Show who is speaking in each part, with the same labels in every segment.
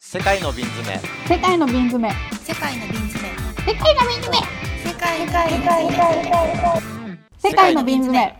Speaker 1: 世界の瓶詰め。
Speaker 2: 世界の瓶詰め。
Speaker 3: 世界の瓶詰め。
Speaker 2: 世界の瓶詰め。
Speaker 3: 世界の
Speaker 2: 世界の瓶詰め。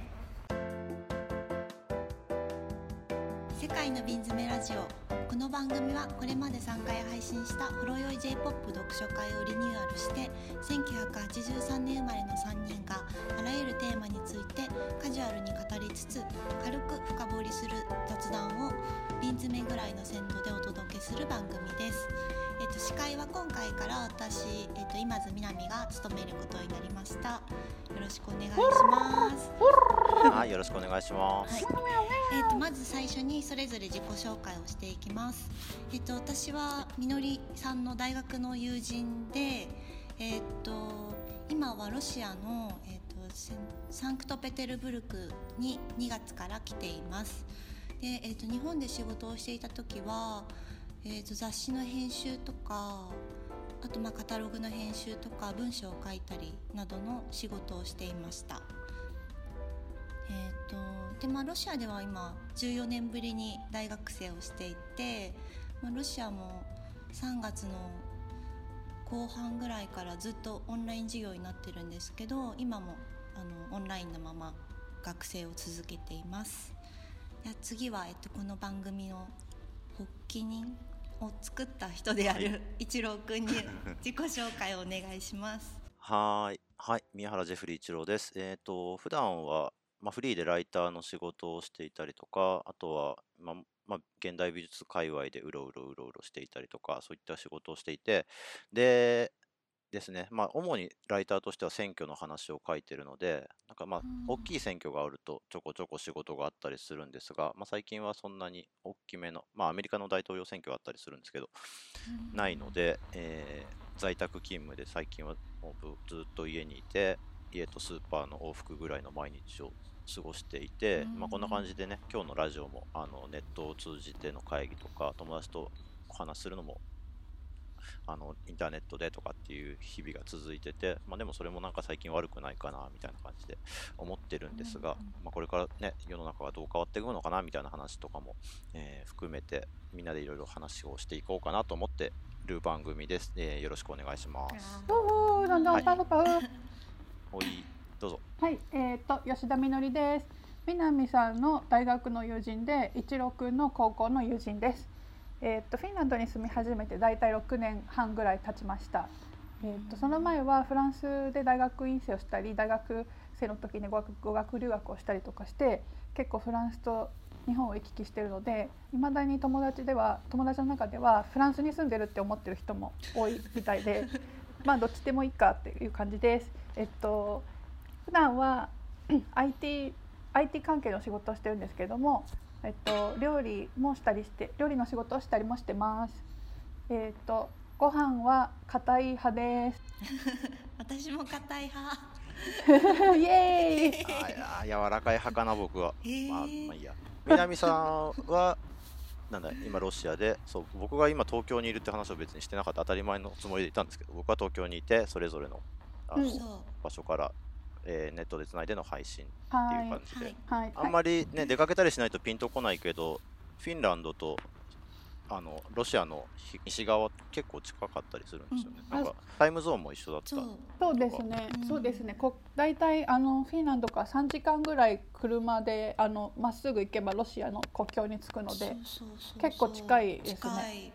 Speaker 3: 世界の瓶詰めラジオ。この番組はこれまで3回配信したほろ酔い J-POP 読書会をリニューアルして1983年生まれの3人があらゆるテーマについてカジュアルに語りつつ軽く深掘りする雑談を瓶詰めぐらいの鮮度でお届けする番組です。司会は今回から私、今津みなみが務めることになりました。よろしくお願いします。
Speaker 1: はい、よろしくお願いします。
Speaker 3: まず最初にそれぞれ自己紹介をしていきます。私はみのりさんの大学の友人で、今はロシアの、サンクトペテルブルクに2月から来ています。で、日本で仕事をしていた時は、雑誌の編集とかあとカタログの編集とか文章を書いたりなどの仕事をしていました。でロシアでは今14年ぶりに大学生をしていて、ロシアも3月の後半ぐらいからずっとオンライン授業になってるんですけど、今もオンラインのまま学生を続けています。では次は、この番組の発起人を作った人である一郎くんに自己紹介をお願いします。
Speaker 1: はい、宮原ジェフリー一郎です。普段はフリーでライターの仕事をしていたりとか、あとは現代美術界隈でうろうろしていたりとか、そういった仕事をしていて、でですね、主にライターとしては選挙の話を書いてるので、大きい選挙があるとちょこちょこ仕事があったりするんですが、最近はそんなに大きめの、アメリカの大統領選挙があったりするんですけど、ないので、在宅勤務で最近はもうずっと家にいて、家とスーパーの往復ぐらいの毎日を過ごしていて、こんな感じでね、今日のラジオもネットを通じての会議とか友達とお話しするのもインターネットでとかっていう日々が続いてて、でもそれも最近悪くないかなみたいな感じで思ってるんですが、これからね世の中がどう変わっていくのかなみたいな話とかも、含めてみんなでいろいろ話をしていこうかなと思ってる番組です。よろしくお願いします。おいどうぞ。
Speaker 2: はい、吉田みのりです。みなみさんの大学の友人で、一郎くんの高校の友人です。フィンランドに住み始めてだいたい6年半ぐらい経ちました。その前はフランスで大学院生をしたり、大学生の時に語学留学をしたりとかして、結構フランスと日本を行き来しているので、いまだに友達の中ではフランスに住んでるって思ってる人も多いみたいでどっちでもいいかっていう感じです。普段はIT 関係の仕事をしてるんですけれども、料理もしたりして、料理の仕事をしたりもしてます。ご飯は硬い派です。
Speaker 3: 私も硬い派。
Speaker 2: イエーイ。
Speaker 1: 柔らかい派かな僕は。いいや。南さんは今ロシアで、僕が今東京にいるって話を別にしてなかった、当たり前のつもりでいたんですけど、僕は東京にいてそれぞれの場所からネットでつないでの配信っていう感じで、あんまりね出かけたりしないとピンとこないけど、フィンランドとロシアの西側結構近かったりするんですよね。タイムゾーンも一緒だった。
Speaker 2: そうですね、そうですね。だいたいフィンランドから3時間ぐらい車でまっすぐ行けばロシアの国境に着くので、結構近いですね。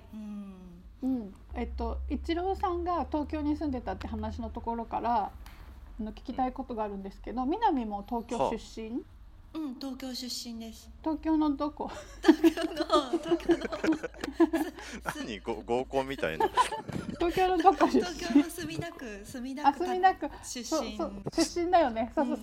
Speaker 2: 一郎さんが東京に住んでたって話のところから聞きたいことがあるんですけど、南も東京出身？
Speaker 3: 東京出身です。
Speaker 2: 東京のどこ？
Speaker 3: 東京の
Speaker 1: 何合コンみたいな。
Speaker 2: 東京のどこ出身？
Speaker 3: 東京の墨田区出身。
Speaker 2: 出身だよね。そう。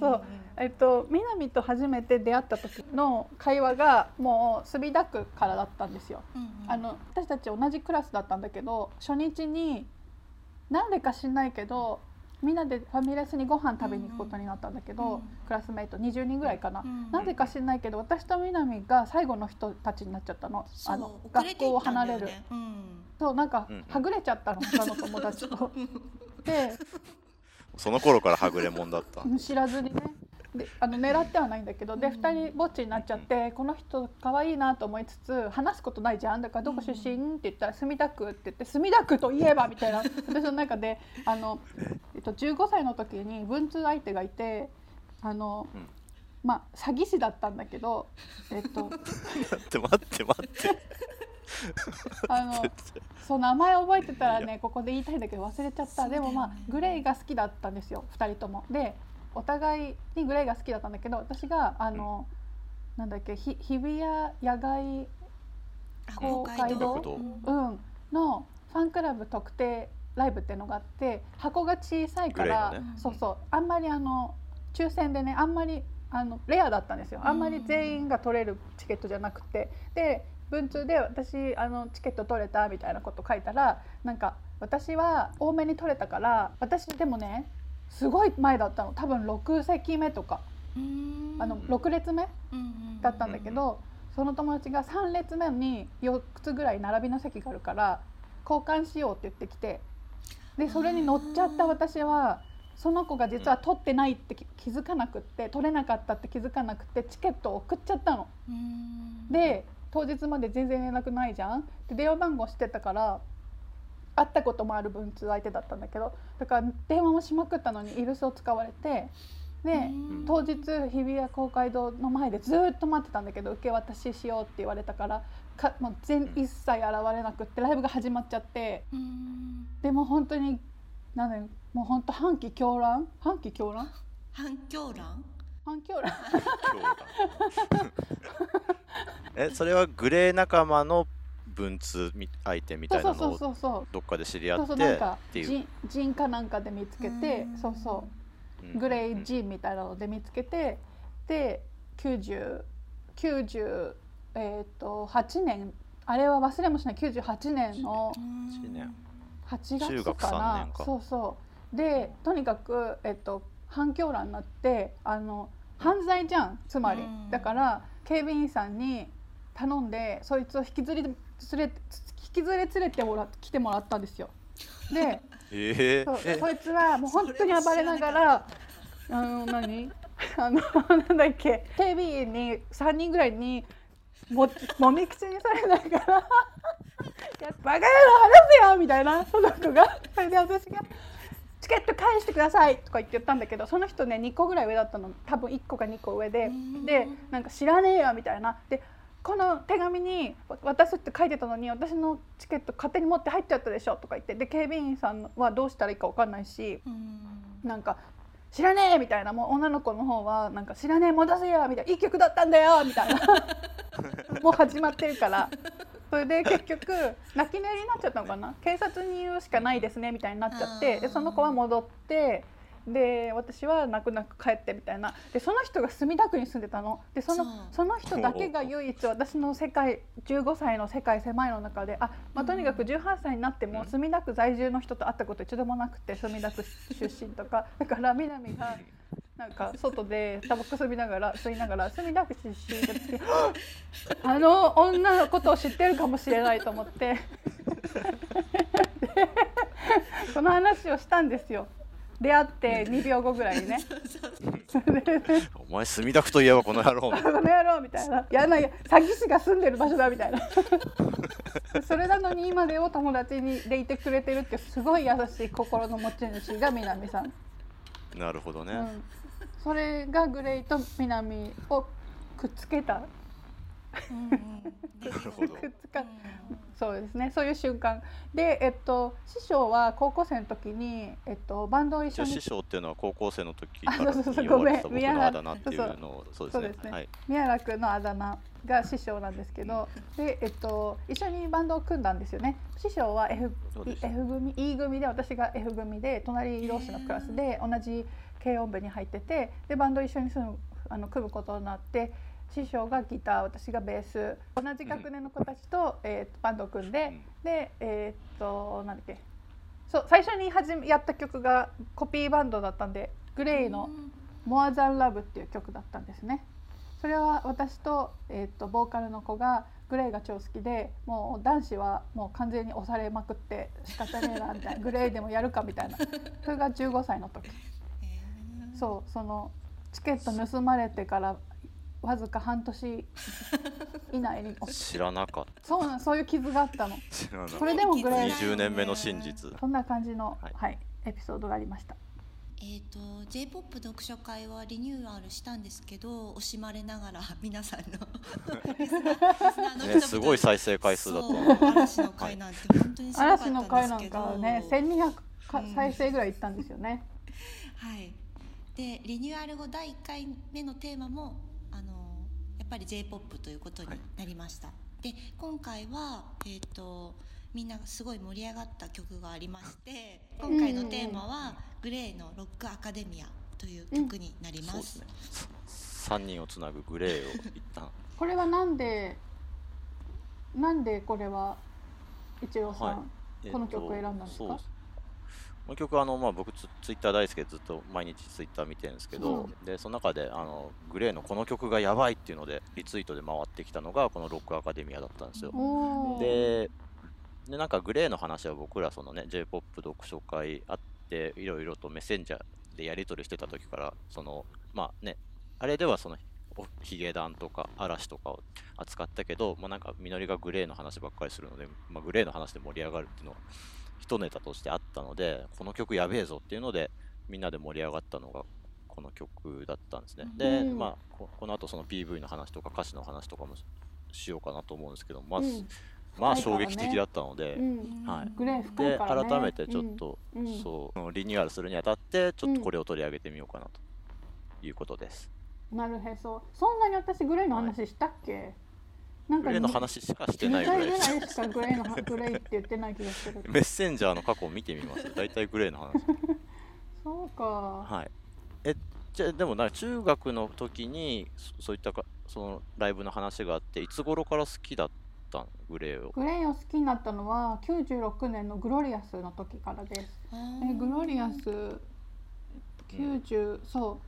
Speaker 2: 南と初めて出会った時の会話がもう墨田区からだったんですよ。私たち同じクラスだったんだけど、初日になんでか知んないけどみんなでファミレスにご飯食べに行くことになったんだけど、クラスメイト20人ぐらいかな、なぜか知らないけど私と南が最後の人たちになっちゃったの。学校を離れる、そうはぐれちゃったの、他の友達とで
Speaker 1: その頃からはぐれもんだった。
Speaker 2: 知らずにね。 で狙ってはないんだけど、で2人ぼっちになっちゃって、この人可愛いなと思いつつ話すことないじゃん。だからどこ出身って言ったら墨田区って言って、墨田区といえばみたいな私の中で15歳の時に文通相手がいてまあ詐欺師だったんだけど
Speaker 1: 待って
Speaker 2: そう名前覚えてたらねここで言いたいんだけど忘れちゃった。でもまあグレイが好きだったんですよ2人とも。でお互いにグレイが好きだったんだけど、私がなんだっけ日比谷野外公会堂、のファンクラブ特定ライブっていうのがあって、箱が小さいから、そうそうあんまり抽選でねあんまりレアだったんですよ。あんまり全員が取れるチケットじゃなくて、で文通で私チケット取れたみたいなこと書いたら、なんか私は多めに取れたから、私でもねすごい前だったの、多分6席目とか6列目だったんだけど、その友達が3列目に4つぐらい並びの席があるから交換しようって言ってきて、でそれに乗っちゃった私は、その子が実は取ってないって気づかなくって、取れなかったって気づかなくてチケットを送っちゃったの。で当日まで全然連絡ないじゃん。で電話番号知ってたから会ったこともある文通相手だったんだけど、だから電話もしまくったのにイルスを使われて、で当日日比谷公会堂の前でずっと待ってたんだけど、受け渡ししようって言われたからもう一切現れなくって、ライブが始まっちゃって、でも本当にもう本当反旗狂乱
Speaker 1: それはグレー仲間の文通相手みたいなのをどっかで知り合ってっていう、
Speaker 2: ジンかなんかで見つけて、グレージンみたいなので見つけて、で98年、あれは忘れもしない、98年の8月かな。でとにかく反響欄になって、犯罪じゃんつまり。だから警備員さんに頼んでそいつを引きずり連れて来てもらったんですよ。で、そいつはもう本当に暴れながらなんだっけ、警備員に3人ぐらいにもみくちにされながら「やっぱバカ野郎話せよ!」みたいな、その子が。それで私が「チケット返してください」とか言ったんだけど、その人ね2個ぐらい上だったの、多分1個か2個上で、なんか知らねえよみたいな。でこの手紙に渡すって書いてたのに、私のチケット勝手に持って入っちゃったでしょとか言って、で警備員さんはどうしたらいいか分かんないし、なんか知らねえみたいな、もう女の子の方はなんか知らねえ戻せよみたいな、いい曲だったんだよみたいなもう始まってるから。それで結局泣き寝入りになっちゃったのかな、警察に言うしかないですねみたいになっちゃって、でその子は戻って、で私は泣く泣く帰ってみたいな。でその人が墨田区に住んでたので、その人だけが唯一私の世界15歳の世界狭いの中でとにかく18歳になっても墨田区在住の人と会ったこと一度もなくて、墨田区出身とか。だから南がなんか外でタバコ吸いながら墨田区出身ってあの女のことを知ってるかもしれないと思ってその話をしたんですよ。出会って2秒後ぐらいにね
Speaker 1: お前墨田区といえばこの野郎
Speaker 2: みたいな、やな詐欺師が住んでる場所だみたいなそれなのに今でも友達でいてくれてるってすごい優しい心の持ち主が南さん。
Speaker 1: なるほどね、
Speaker 2: それがグレイと南をくっつけたそうですね、そういう瞬間で、師匠は高校生の時に、バンドを一緒に。
Speaker 1: 師匠っていうのは高校生の時から言われてた僕のあだ名っていうのを、そうですね、
Speaker 2: 宮原君のあだ名が師匠なんですけど、で、一緒にバンドを組んだんですよね。師匠は E 組で、私が F 組で、隣同士のクラスで同じ軽音部に入ってて、でバンドを一緒に組むことになって、師匠がギター、私がベース、同じ学年の子たちと、バンドを組んで、でなんだっけ、そう最初にやった曲がコピーバンドだったんで、グレイの「More Than Love」っていう曲だったんですね。それは私と、ボーカルの子がグレイが超好きで、もう男子はもう完全に押されまくって仕方ねえなみたいなグレイでもやるかみたいな、それが15歳の時。そのチケット盗まれてからわずか半年以内に
Speaker 1: 知らなかった。
Speaker 2: そういう傷があったの。
Speaker 1: 知らなかった。
Speaker 2: それでもグレー
Speaker 1: 20年目の真実。
Speaker 2: そんな感じの、
Speaker 1: はい
Speaker 2: はい、エピソードがありました。
Speaker 3: J-POP 読書会はリニューアルしたんですけど、惜しまれながら皆さんのリスナーの人々、
Speaker 1: すごい再生回数だった
Speaker 3: の嵐の会なんて本当にすごかったんですけど、
Speaker 2: 嵐の会なんかね1200再生ぐらいいったんですよね。
Speaker 3: はい。でリニューアル後第1回目のテーマもやっぱり J-POP ということになりました。はい、で今回はみんなすごい盛り上がった曲がありまして、今回のテーマはグレーのロックアカデミアという曲になります。
Speaker 1: そうですね。3人をつなぐグレーを一旦
Speaker 2: これはなんでこれは一郎さん、はい、この曲を選んだんですか？こ
Speaker 1: の曲は僕ツイッター大好きでずっと毎日ツイッター見てるんですけど、でその中でグレーのこの曲がやばいっていうのでリツイートで回ってきたのがこのロックアカデミアだったんですよ。でなんかグレーの話は僕らそのね J-POP 読書会あっていろいろとメッセンジャーでやり取りしてた時からあれではそのヒゲダンとか嵐とかを扱ったけど、なんかみのりがグレーの話ばっかりするので、グレーの話で盛り上がるっていうのは一ネタとしてあったので、この曲やべえぞっていうのでみんなで盛り上がったのがこの曲だったんですね。で、この後その PV の話とか歌詞の話とかもしようかなと思うんですけど、衝撃的だったので、はい、で改めてちょっと、そうリニューアルするにあたってちょっとこれを取り上げてみようかなということです。
Speaker 2: なるへそ。そんなに私グレーの話したっけ？はい、なんか
Speaker 1: グレーの話しかしてないぐらいです。
Speaker 2: 2回ぐらいしかグレーって言ってない気がする。
Speaker 1: メッセンジャーの過去を見てみます。だいたいグレーの話。
Speaker 2: そうか。
Speaker 1: はい。じゃあでも中学の時にそういったそのライブの話があって、いつ頃から好きだったグレーを？
Speaker 2: グレーを好きになったのは96年のグロリアスの時からです。グロリアス90、そう。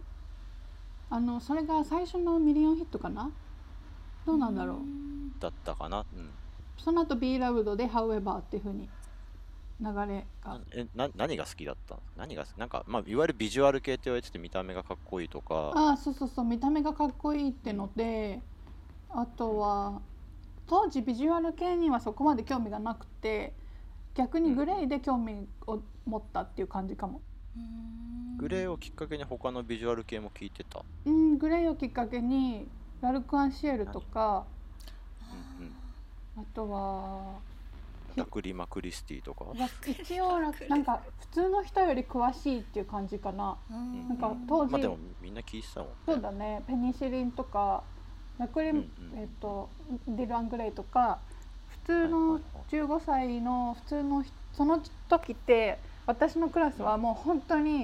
Speaker 2: それが最初のミリオンヒットかな？どうなんだろう。
Speaker 1: だったかな。
Speaker 2: その後 Be Loved で However っていう風に流れが。
Speaker 1: 何が好きだったの？なんかいわゆるビジュアル系って言われてて見た目がかっこいいとか。
Speaker 2: そう見た目がかっこいいってので、あとは当時ビジュアル系にはそこまで興味がなくて、逆にグレーで興味を持ったっていう感じかも。
Speaker 1: グレーをきっかけに他のビジュアル系も聞いてた？
Speaker 2: グレーをきっかけにラルク・アンシエルとか、あとは
Speaker 1: ラクリマ・クリスティとか。
Speaker 2: 一応なんか普通の人より詳しいっていう感じかな。なんか当時、
Speaker 1: でもみんな聞いてたもんね。
Speaker 2: そうだね。ペニシリンとかラクリ、ディル・アングレイとか、普通の15歳の普通のその時って私のクラスはもう本当に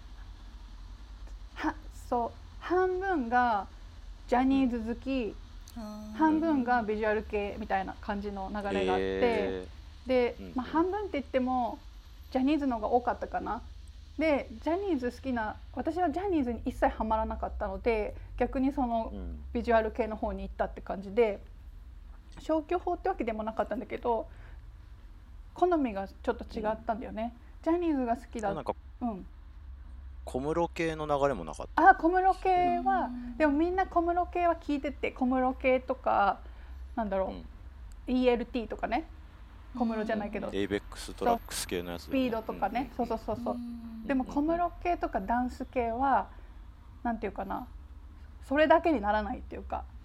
Speaker 2: 半分がジャニーズ好き、半分がビジュアル系みたいな感じの流れがあって、で、半分って言ってもジャニーズの方が多かったかな。でジャニーズ好きな私はジャニーズに一切ハマらなかったので、逆にそのビジュアル系の方に行ったって感じで、消去法ってわけでもなかったんだけど好みがちょっと違ったんだよね。ジャニーズが好きだ。
Speaker 1: 小室系の流れもなかった？
Speaker 2: 小室系はでもみんな小室系は聞いてて、小室系とかなんだろう、ELT とかね、小室じゃないけど、
Speaker 1: ABEX トラックス系のやつ、
Speaker 2: スピードとかね、そう。でも小室系とかダンス系はなんていうかな、それだけにならないっていうか、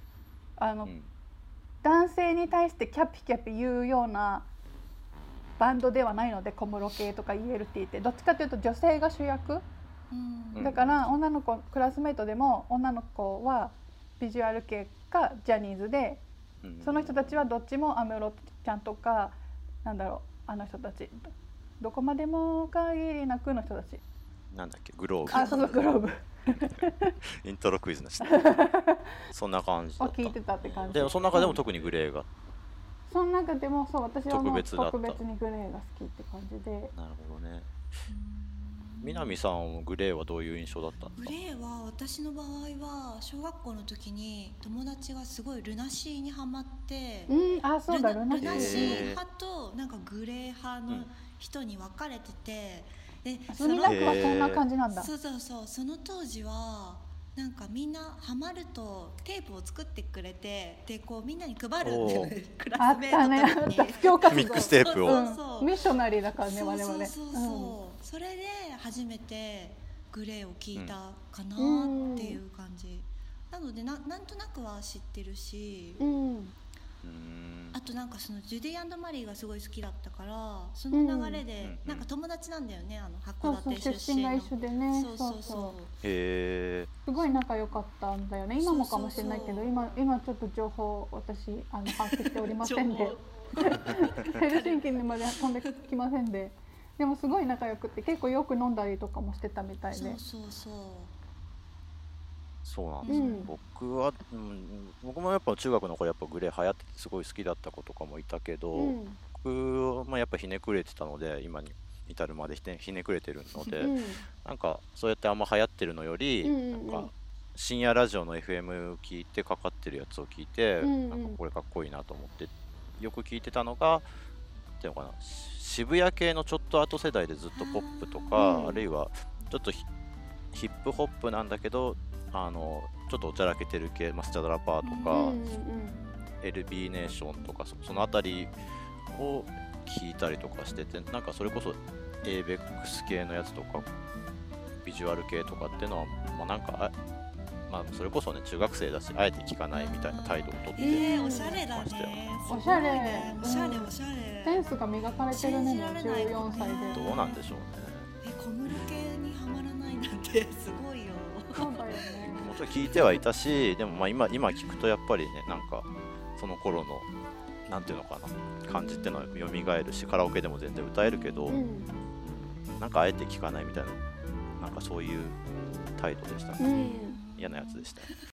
Speaker 2: 男性に対してキャピキャピ言うようなバンドではないので、小室系とか ELT ってどっちかというと女性が主役。だから女の子クラスメートでも女の子はビジュアル系かジャニーズで、その人たちはどっちも安室ちゃんとかなんだろう、あの人たちどこまでも限りなくの人たち、
Speaker 1: なんだっけ、グローブ。
Speaker 2: そうグローブ
Speaker 1: イントロクイズの人そんな感じだった。
Speaker 2: 聞いてたって感じ
Speaker 1: でもその中でも特にグレーが、
Speaker 2: その中でもそう、私はもう
Speaker 1: 特別
Speaker 2: にグレーが好きって感じで。
Speaker 1: なるほどね。南さん、グレーはどういう印象だったんですか？
Speaker 3: グレーは私の場合は小学校の時に友達がすごいルナシーにハマって、
Speaker 2: そうだ、ルナ
Speaker 3: シー派となんかグレー派の人に分かれてて、
Speaker 2: 墨田区はそんな感じなんだ。
Speaker 3: そうその当時はなんかみんなハマるとテープを作ってくれて、でこうみんなに配るっていうクラ
Speaker 2: あっ
Speaker 3: スメート
Speaker 2: たね、あ
Speaker 3: とかに
Speaker 2: った布教活動
Speaker 1: ミックステープを
Speaker 3: そうそう
Speaker 2: ミッショナリーだからね、我々。
Speaker 3: そうそれで初めてグレーを聞いたかなっていう感じ、なのでなんとなくは知ってるし、あとなんかそのジュディ&マリーがすごい好きだったから、その流れでなんか友達なんだよね、函館出身の。
Speaker 2: 出身が一緒でね。
Speaker 1: へえ。
Speaker 2: すごい仲良かったんだよね。今もかもしれないけど、今ちょっと情報私把握しておりませんでヘルシンキにまで飛んできませんで、でもすごい仲良くて結構よく飲んだりとかもしてたみたいで。
Speaker 1: そうなんですね。僕もやっぱ中学の頃やっぱグレー流行っててすごい好きだった子とかもいたけど、僕もやっぱひねくれてたので、今に至るまでひねくれてるので、なんかそうやってあんま流行ってるのより、なんか深夜ラジオの FM 聞いてかかってるやつを聞いて、なんかこれかっこいいなと思ってよく聞いてたのが、っていうのかな、渋谷系のちょっと後世代でずっとポップとか、あるいはちょっとヒップホップなんだけどちょっとおちゃらけてる系、スチャダラパーとか、LB ネーションとかそのあたりを聞いたりとかしてて、なんかそれこそ ABEX 系のやつとかビジュアル系とかっていうのは、なんかそれこそね、中学生だしあえて聞かないみたいな態度をとって
Speaker 3: おしゃれだね。
Speaker 2: おしゃれ、
Speaker 3: おしゃれ。
Speaker 2: センスが磨かれてるね、14歳で。
Speaker 1: どうなんでしょうね。
Speaker 3: 小室系にはまらないなんてすごいよ。
Speaker 2: そうだよね。
Speaker 1: もちろん聞いてはいたし、でも今聞くとやっぱりね、なんかその頃のなんていうのかな、感じってのは蘇るし、カラオケでも全然歌えるけど、なんかあえて聞かないみたいな、なんかそういう態度でしたね。嫌なやつでした。